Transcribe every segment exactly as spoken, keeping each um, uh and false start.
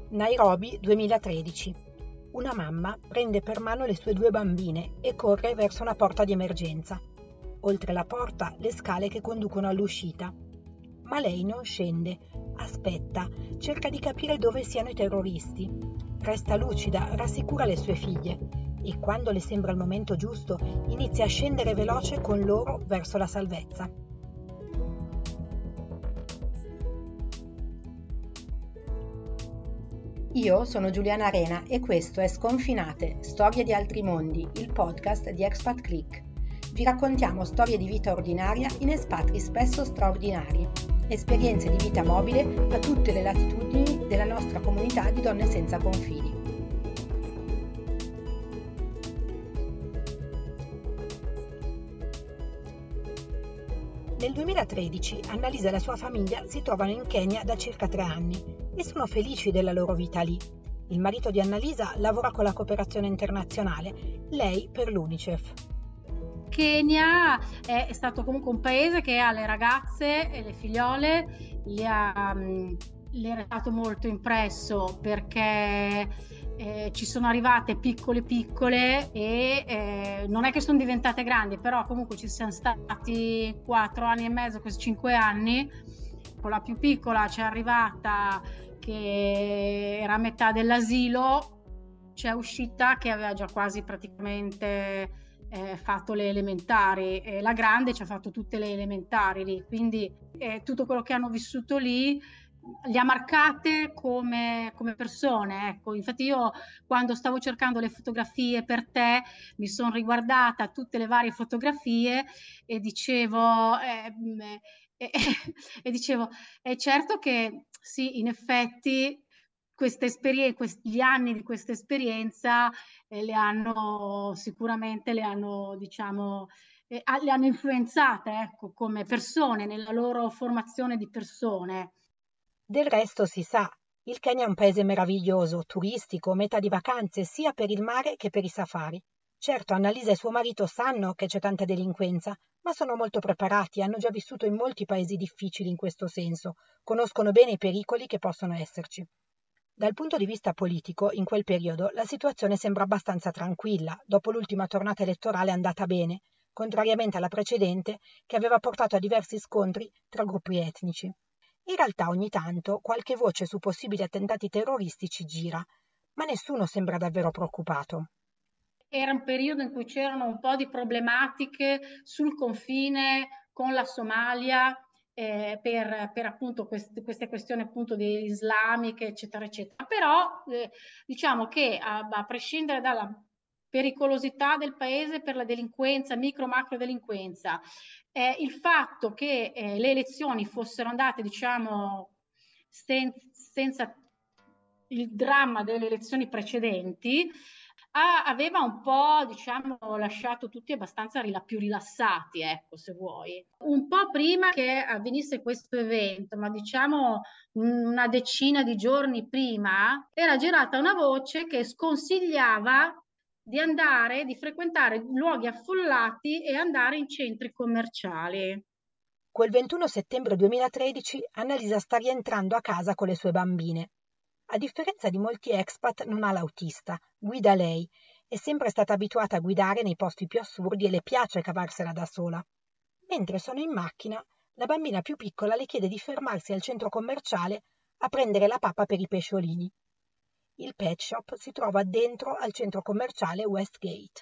Nairobi duemilatredici. Una mamma prende per mano le sue due bambine e corre verso una porta di emergenza. Oltre la porta, le scale che conducono all'uscita. Ma lei non scende, aspetta, cerca di capire dove siano i terroristi. Resta lucida, rassicura le sue figlie e quando le sembra il momento giusto inizia a scendere veloce con loro verso la salvezza. Io sono Giuliana Arena e questo è Sconfinate, Storie di altri mondi, il podcast di Expat Click. Vi raccontiamo storie di vita ordinaria in espatri spesso straordinari, esperienze di vita mobile a tutte le latitudini della nostra comunità di donne senza confini. Nel duemilatredici Annalisa e la sua famiglia si trovano in Kenya da circa tre anni e sono felici della loro vita lì. Il marito di Annalisa lavora con la cooperazione internazionale, lei per l'UNICEF. Kenya è, è stato comunque un paese che ha le ragazze e le figliole, le ha, le è stato molto impresso perché eh, ci sono arrivate piccole piccole e eh, non è che sono diventate grandi, però comunque ci siamo stati quattro anni e mezzo, questi cinque anni. Con la più piccola c'è arrivata che era a metà dell'asilo, c'è uscita che aveva già quasi praticamente eh, fatto le elementari e la grande ci ha fatto tutte le elementari lì, quindi eh, tutto quello che hanno vissuto lì li ha marcate come, come persone, ecco. Infatti io quando stavo cercando le fotografie per te mi sono riguardata tutte le varie fotografie e dicevo eh, e, e dicevo è certo che sì, in effetti queste esperienze, questi anni di questa esperienza eh, le hanno sicuramente le hanno diciamo eh, le hanno influenzate, ecco, come persone nella loro formazione di persone. Del resto si sa, il Kenya è un paese meraviglioso, turistico, meta di vacanze sia per il mare che per i safari. Certo, Annalisa e suo marito sanno che c'è tanta delinquenza, ma sono molto preparati, hanno già vissuto in molti paesi difficili in questo senso, conoscono bene i pericoli che possono esserci. Dal punto di vista politico, in quel periodo, la situazione sembra abbastanza tranquilla, dopo l'ultima tornata elettorale andata bene, contrariamente alla precedente che aveva portato a diversi scontri tra gruppi etnici. In realtà ogni tanto qualche voce su possibili attentati terroristici gira, ma nessuno sembra davvero preoccupato. Era un periodo in cui c'erano un po' di problematiche sul confine con la Somalia eh, per, per appunto queste, queste questioni appunto islamiche, eccetera, eccetera. Però eh, diciamo che a, a prescindere dalla pericolosità del paese per la delinquenza, micro-macro delinquenza, eh, il fatto che eh, le elezioni fossero andate, diciamo, sen- senza il dramma delle elezioni precedenti, ah, aveva un po', diciamo, lasciato tutti abbastanza rila- più rilassati, ecco, se vuoi. Un po' prima che avvenisse questo evento, ma diciamo una decina di giorni prima, era girata una voce che sconsigliava di andare, di frequentare luoghi affollati e andare in centri commerciali. Quel ventuno settembre duemilatredici Annalisa sta rientrando a casa con le sue bambine. A differenza di molti expat non ha l'autista, guida lei, è sempre stata abituata a guidare nei posti più assurdi e le piace cavarsela da sola. Mentre sono in macchina, la bambina più piccola le chiede di fermarsi al centro commerciale a prendere la pappa per i pesciolini. Il pet shop si trova dentro al centro commerciale Westgate.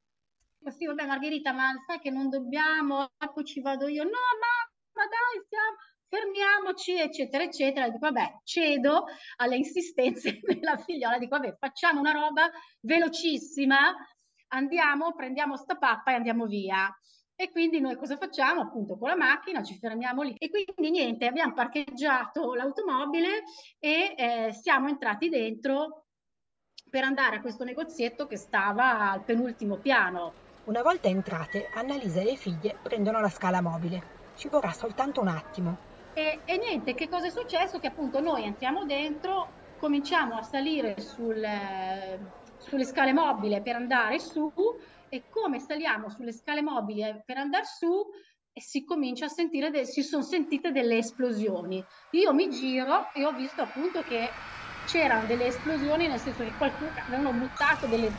Sì, vabbè, Margherita, ma sai che non dobbiamo, poi ci vado io. No, mamma, dai, stiamo, fermiamoci, eccetera, eccetera. Dico, vabbè, cedo alle insistenze della figliola, dico, vabbè, facciamo una roba velocissima, andiamo, prendiamo sta pappa e andiamo via. E quindi noi cosa facciamo? Appunto, con la macchina ci fermiamo lì. E quindi niente, abbiamo parcheggiato l'automobile e eh, siamo entrati dentro per andare a questo negozietto che stava al penultimo piano. Una volta entrate, Annalisa e le figlie prendono la scala mobile. Ci vorrà soltanto un attimo. E, e niente, che cosa è successo? Che appunto noi entriamo dentro, cominciamo a salire sul, eh, sulle scale mobili per andare su e come saliamo sulle scale mobili per andare su e si comincia a sentire, de- si sono sentite delle esplosioni. Io mi giro e ho visto appunto che c'erano delle esplosioni, nel senso che qualcuno avevano buttato delle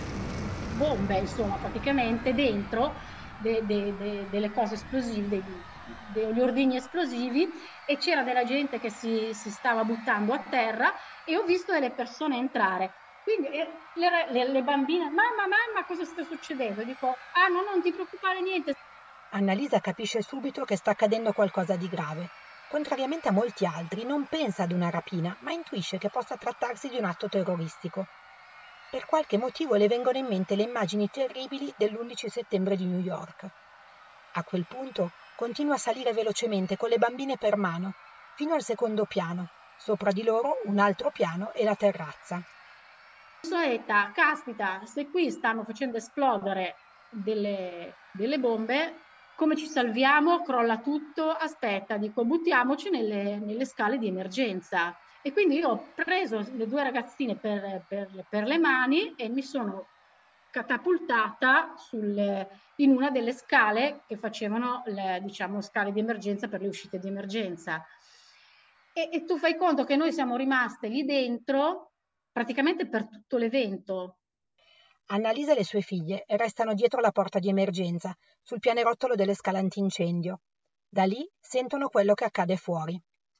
bombe, insomma, praticamente dentro de- de- de- delle cose esplosive, dei- degli ordigni esplosivi, e c'era della gente che si, si stava buttando a terra e ho visto delle persone entrare. Quindi eh, le, le- le bambine, mamma, mamma, cosa sta succedendo? E dico, ah no, non ti preoccupare niente. Annalisa capisce subito che sta accadendo qualcosa di grave. Contrariamente a molti altri, non pensa ad una rapina, ma intuisce che possa trattarsi di un atto terroristico. Per qualche motivo le vengono in mente le immagini terribili dell'undici settembre di New York. A quel punto continua a salire velocemente con le bambine per mano, fino al secondo piano. Sopra di loro un altro piano e la terrazza. Soetta, caspita, se qui stanno facendo esplodere delle, delle bombe, come ci salviamo? Crolla tutto, aspetta, dico, buttiamoci nelle, nelle scale di emergenza. E quindi io ho preso le due ragazzine per, per- per le mani e mi sono catapultata sul- in una delle scale che facevano le, diciamo, scale di emergenza per le uscite di emergenza. E, e tu fai conto che noi siamo rimaste lì dentro praticamente per tutto l'evento. Annalisa e le sue figlie restano dietro la porta di emergenza, sul pianerottolo delle scale antincendio. Da lì sentono quello che accade fuori.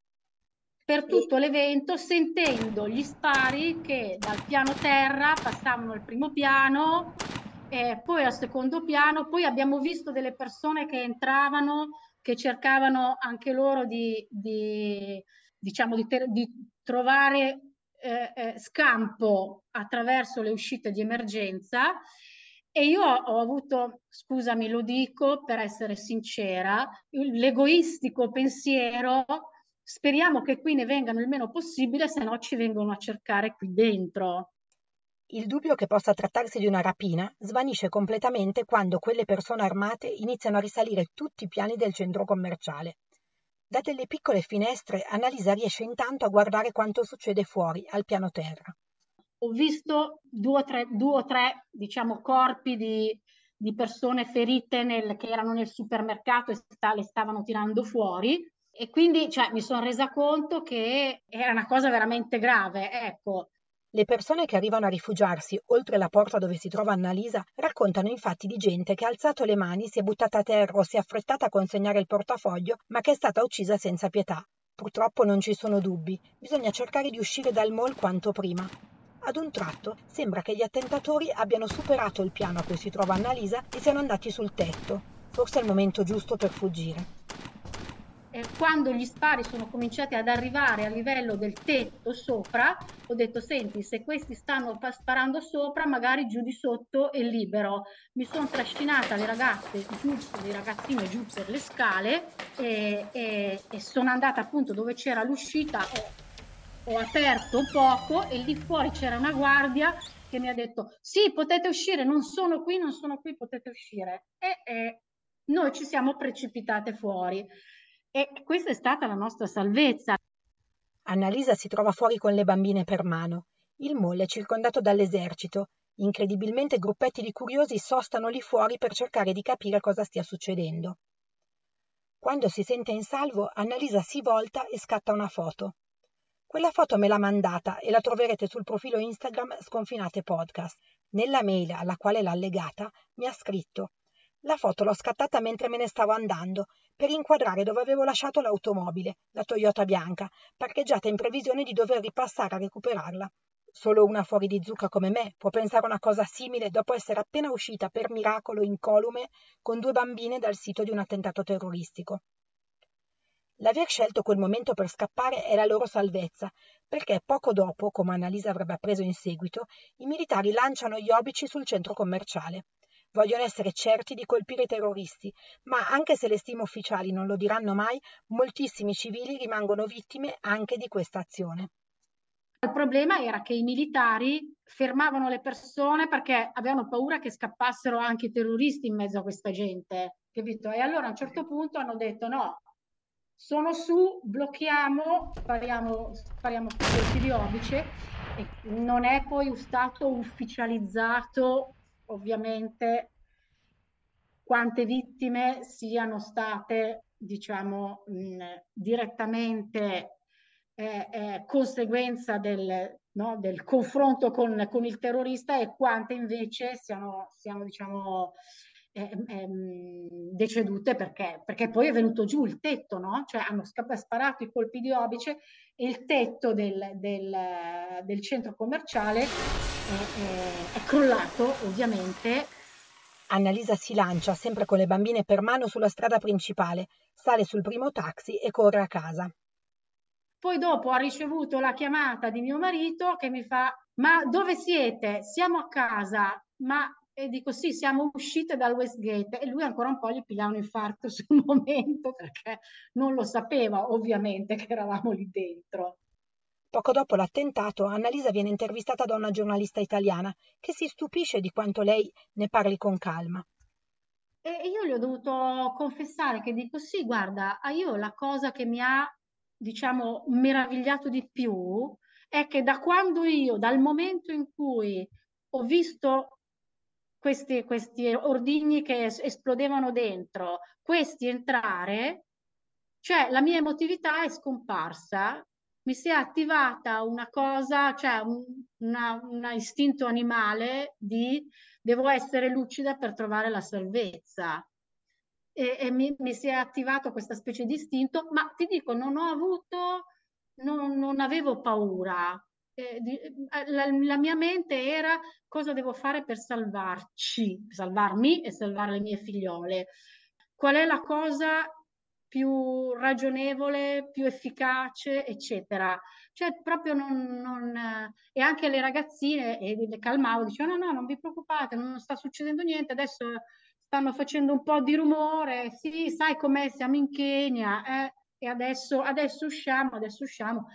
Per E tutto l'evento, sentendo gli spari che dal piano terra passavano al primo piano, eh, poi al secondo piano, poi abbiamo visto delle persone che entravano, che cercavano anche loro di, di, diciamo, di, ter- di trovare eh, eh, scampo attraverso le uscite di emergenza. E io ho, ho avuto, scusami, lo dico per essere sincera, l'egoistico pensiero: speriamo che qui ne vengano il meno possibile, se no ci vengono a cercare qui dentro. il dubbio che possa trattarsi di una rapina svanisce completamente quando quelle persone armate iniziano a risalire tutti i piani del centro commerciale. Da delle piccole finestre Annalisa riesce intanto a guardare quanto succede fuori, al piano terra. Ho visto due o tre, due o tre diciamo, corpi di, di persone ferite nel, che erano nel supermercato e sta, le stavano tirando fuori, e quindi cioè, mi sono resa conto che era una cosa veramente grave. Ecco, Le persone che arrivano a rifugiarsi oltre la porta dove si trova Annalisa raccontano infatti di gente che ha alzato le mani, si è buttata a terra o si è affrettata a consegnare il portafoglio, ma che è stata uccisa senza pietà. Purtroppo non ci sono dubbi, bisogna cercare di uscire dal mall quanto prima. Ad un tratto sembra che gli attentatori abbiano superato il piano a cui si trova Annalisa e siano andati sul tetto. Forse è il momento giusto per fuggire. eh, quando gli spari sono cominciati ad arrivare a livello del tetto sopra, ho detto, senti, se questi stanno pa- sparando sopra, magari giù di sotto è libero. Mi sono trascinata le ragazze giù, le ragazzine giù per le scale e, e- e sono andata appunto dove c'era l'uscita, ho, ho aperto poco e lì fuori c'era una guardia che mi ha detto, sì, potete uscire, non sono qui, non sono qui, potete uscire. E, e noi ci siamo precipitate fuori. E questa è stata la nostra salvezza. Annalisa si trova fuori con le bambine per mano. Il mall è circondato dall'esercito. Incredibilmente gruppetti di curiosi sostano lì fuori per cercare di capire cosa stia succedendo. Quando si sente in salvo, Annalisa si volta e scatta una foto. Quella foto me l'ha mandata e la troverete sul profilo Instagram Sconfinate Podcast. Nella mail alla quale l'ha allegata mi ha scritto: la foto l'ho scattata mentre me ne stavo andando, per inquadrare dove avevo lasciato l'automobile, la Toyota bianca, parcheggiata in previsione di dover ripassare a recuperarla. Solo una fuori di zucca come me può pensare una cosa simile dopo essere appena uscita per miracolo incolume con due bambine dal sito di un attentato terroristico. L'aver scelto quel momento per scappare è la loro salvezza, perché poco dopo, come Annalisa avrebbe appreso in seguito, i militari lanciano gli obici sul centro commerciale. Vogliono essere certi di colpire i terroristi, ma anche se le stime ufficiali non lo diranno mai, moltissimi civili rimangono vittime anche di questa azione. Il problema era che i militari fermavano le persone perché avevano paura che scappassero anche i terroristi in mezzo a questa gente, capito? E allora a un certo punto hanno detto no, sono su, blocchiamo, spariamo, spariamo sti colpi di obice, e non è poi stato ufficializzato ovviamente quante vittime siano state, diciamo, mh, direttamente è, è conseguenza del, no, del confronto con, con il terrorista e quante invece siano, siano diciamo, eh, ehm, decedute perché, perché poi è venuto giù il tetto, no? Cioè hanno sca- sparato i colpi di obice e il tetto del, del, del centro commerciale è, è- è crollato, ovviamente. Annalisa si lancia, sempre con le bambine per mano, sulla strada principale, sale sul primo taxi e corre a casa. Poi dopo ha ricevuto la chiamata di mio marito che mi fa: ma dove siete? Siamo a casa. Ma e dico sì, siamo uscite dal Westgate, e lui ancora un po' gli piglia un infarto sul momento perché non lo sapeva ovviamente che eravamo lì dentro. Poco dopo l'attentato, Annalisa viene intervistata da una giornalista italiana che si stupisce di quanto lei ne parli con calma. E io gli ho dovuto confessare che dico sì, guarda, ah, io la cosa che mi ha, diciamo, meravigliato di più è che da quando io, dal momento in cui ho visto questi, questi ordigni che es- esplodevano dentro, questi entrare, cioè la mia emotività è scomparsa, mi si è attivata una cosa, cioè un una- un istinto animale di devo essere lucida per trovare la salvezza. E, e mi, mi si è attivato questa specie di istinto, ma ti dico, non ho avuto, non, non avevo paura. Eh, di- eh, la, la mia mente era cosa devo fare per salvarci, salvarmi e salvare le mie figliole. Qual è la cosa più ragionevole, più efficace, eccetera. Cioè, proprio non, non, eh, e anche le ragazzine, e le calmavo, dicevano: no, no, non vi preoccupate, non sta succedendo niente, adesso stanno facendo un po' di rumore, sì, sai com'è, siamo in Kenya, eh, e adesso, adesso usciamo, adesso usciamo.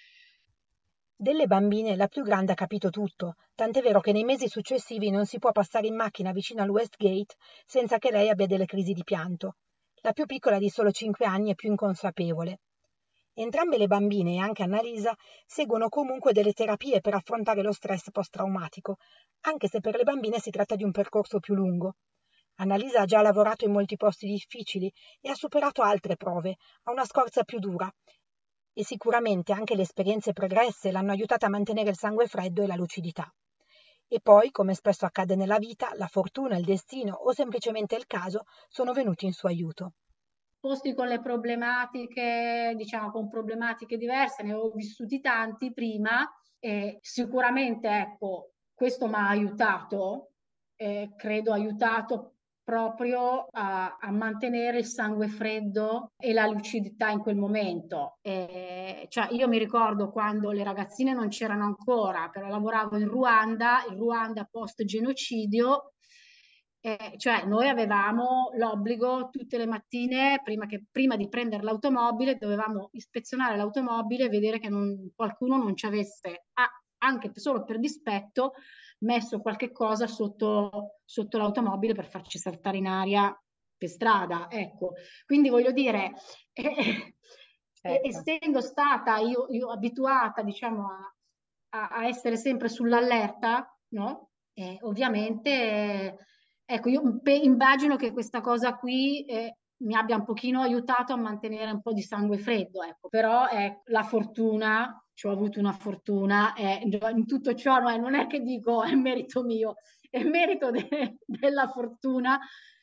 Delle bambine la più grande ha capito tutto, tant'è vero che nei mesi successivi non si può passare in macchina vicino al Westgate senza che lei abbia delle crisi di pianto. La più piccola di solo cinque anni è più inconsapevole. Entrambe le bambine e anche Annalisa seguono comunque delle terapie per affrontare lo stress post-traumatico, anche se per le bambine si tratta di un percorso più lungo. Annalisa ha già lavorato in molti posti difficili e ha superato altre prove, ha una scorza più dura e sicuramente anche le esperienze pregresse l'hanno aiutata a mantenere il sangue freddo e la lucidità. E poi, come spesso accade nella vita, la fortuna, il destino o semplicemente il caso sono venuti in suo aiuto. Posti con le problematiche, diciamo con problematiche diverse, ne ho vissuti tanti prima e sicuramente ecco, questo mi ha aiutato, eh, credo aiutato proprio a, a mantenere il sangue freddo e la lucidità in quel momento. E, cioè, io mi ricordo quando le ragazzine non c'erano ancora, però lavoravo in Ruanda, il Ruanda post genocidio. Eh, cioè noi avevamo l'obbligo tutte le mattine, prima, che, prima di prendere l'automobile, dovevamo ispezionare l'automobile e vedere che non, qualcuno non ci avesse, ah, anche solo per dispetto, messo qualche cosa sotto, sotto l'automobile per farci saltare in aria per strada. Ecco, quindi voglio dire, eh, eh, Certo. essendo stata io, io abituata, diciamo, a, a- a essere sempre sull'allerta, no? Eh, ovviamente, eh, ecco, io pe- immagino che questa cosa qui eh, mi abbia un pochino aiutato a mantenere un po' di sangue freddo, ecco. Però eh, la fortuna, ci ho avuto una fortuna, eh, in tutto ciò no, eh, non è che dico è merito mio, è merito de- della fortuna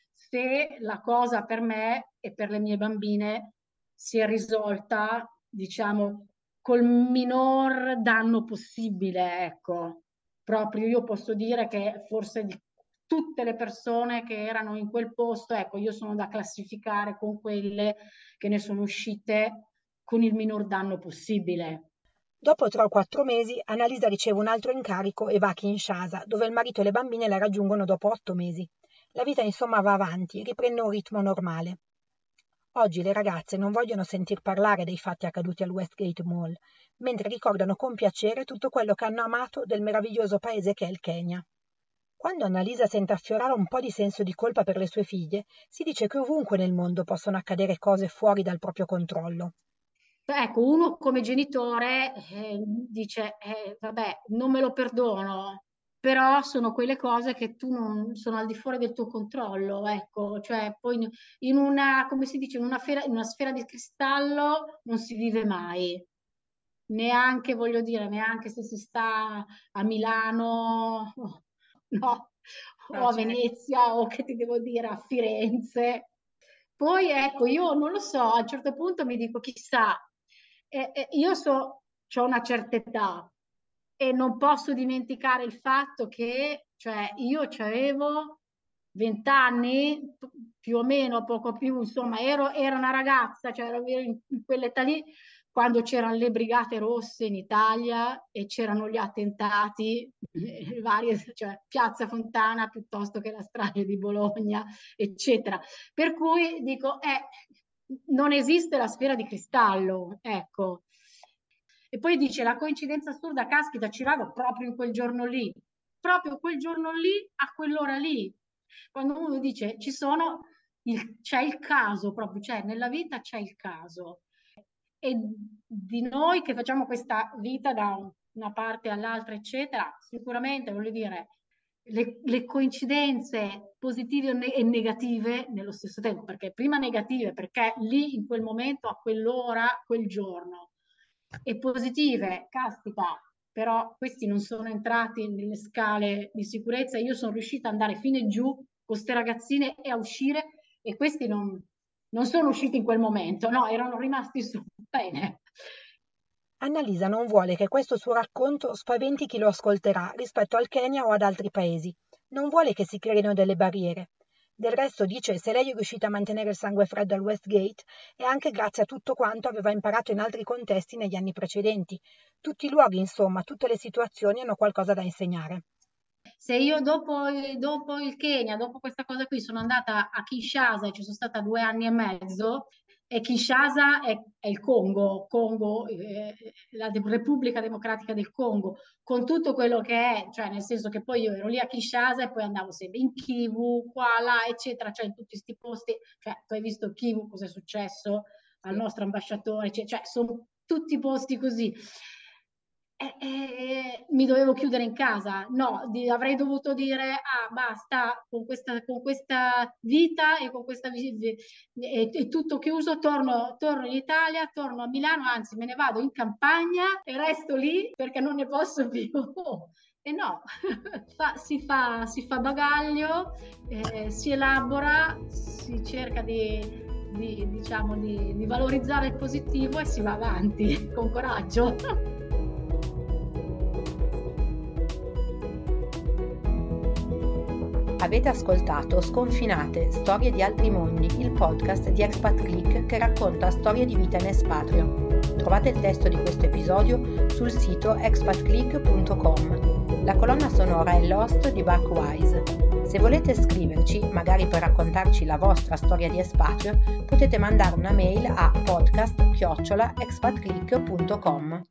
se la cosa per me e per le mie bambine si è risolta, diciamo, col minor danno possibile, ecco. Proprio io posso dire che forse di tutte le persone che erano in quel posto, ecco, io sono da classificare con quelle che ne sono uscite con il minor danno possibile. Dopo tre o quattro mesi, Annalisa riceve un altro incarico e va a Kinshasa, dove il marito e le bambine la raggiungono dopo otto mesi. La vita insomma va avanti, riprende un ritmo normale. Oggi le ragazze non vogliono sentir parlare dei fatti accaduti al Westgate Mall, mentre ricordano con piacere tutto quello che hanno amato del meraviglioso paese che è il Kenya. Quando Annalisa sente affiorare un po' di senso di colpa per le sue figlie, si dice che ovunque nel mondo possono accadere cose fuori dal proprio controllo. Ecco, uno come genitore eh, dice, eh, vabbè, non me lo perdono, però sono quelle cose che tu non sono al di fuori del tuo controllo, ecco, cioè poi in in una, come si dice, in una, fera- in una sfera di cristallo non si vive mai. neanche, voglio dire, neanche se si sta a Milano, no, o No, a certo. Venezia, o che ti devo dire, a Firenze. Poi ecco, io non lo so, a un certo punto mi dico, chissà, eh, eh, io so, ho una certa età e non posso dimenticare il fatto che, cioè, io avevo vent'anni, più o meno, poco più, insomma, ero, ero una ragazza, cioè ero in, in quell'età lì, quando c'erano le Brigate Rosse in Italia e c'erano gli attentati, eh, varie, cioè Piazza Fontana piuttosto che la strage di Bologna, eccetera. Per cui dico, eh, non esiste la sfera di cristallo, ecco. E poi dice, la coincidenza assurda, caspita, ci vado proprio in quel giorno lì, proprio quel giorno lì, a quell'ora lì. Quando uno dice, ci sono, il, c'è il caso proprio, cioè nella vita c'è il caso. E di noi che facciamo questa vita da una parte all'altra, eccetera, sicuramente, voglio dire, le, le coincidenze positive e negative nello stesso tempo, perché prima negative, perché lì in quel momento, a quell'ora, quel giorno, e positive, caspita, però questi non sono entrati nelle scale di sicurezza, io sono riuscita ad andare fino e giù con queste ragazzine e a uscire, e questi non, non sono usciti in quel momento, no, erano rimasti su. Bene. Annalisa non vuole che questo suo racconto spaventi chi lo ascolterà rispetto al Kenya o ad altri paesi. Non vuole che si creino delle barriere. Del resto dice se lei è riuscita a mantenere il sangue freddo al Westgate è anche grazie a tutto quanto aveva imparato in altri contesti negli anni precedenti. Tutti i luoghi, insomma, tutte le situazioni hanno qualcosa da insegnare. Se io dopo, dopo il Kenya, dopo questa cosa qui, sono andata a Kinshasa e ci sono stata due anni e mezzo, e Kinshasa è, è il Congo, Congo eh, la De- Repubblica Democratica del Congo, con tutto quello che è, cioè nel senso che poi io ero lì a Kinshasa e poi andavo sempre in Kivu, qua, là, eccetera, cioè in tutti questi posti, cioè tu hai visto Kivu, cosa è successo al Sì. nostro ambasciatore, cioè, cioè sono tutti posti così. E, e, mi dovevo chiudere in casa, no, di, avrei dovuto dire ah basta con questa, con questa vita e con questa e, e tutto chiuso, torno, torno in Italia, torno a Milano, anzi me ne vado in campagna e resto lì perché non ne posso più. E no, fa, si, fa, si fa bagaglio, eh, si elabora, si cerca di di, diciamo, di, di valorizzare il positivo e si va avanti con coraggio. Avete ascoltato Sconfinate, storie di altri mondi, il podcast di Expat Click che racconta storie di vita in espatrio. Trovate il testo di questo episodio sul sito expat click punto com. La colonna sonora è Lost di Buckwise. Se volete scriverci, magari per raccontarci la vostra storia di espatrio, potete mandare una mail a podcast chiocciola expat click punto com.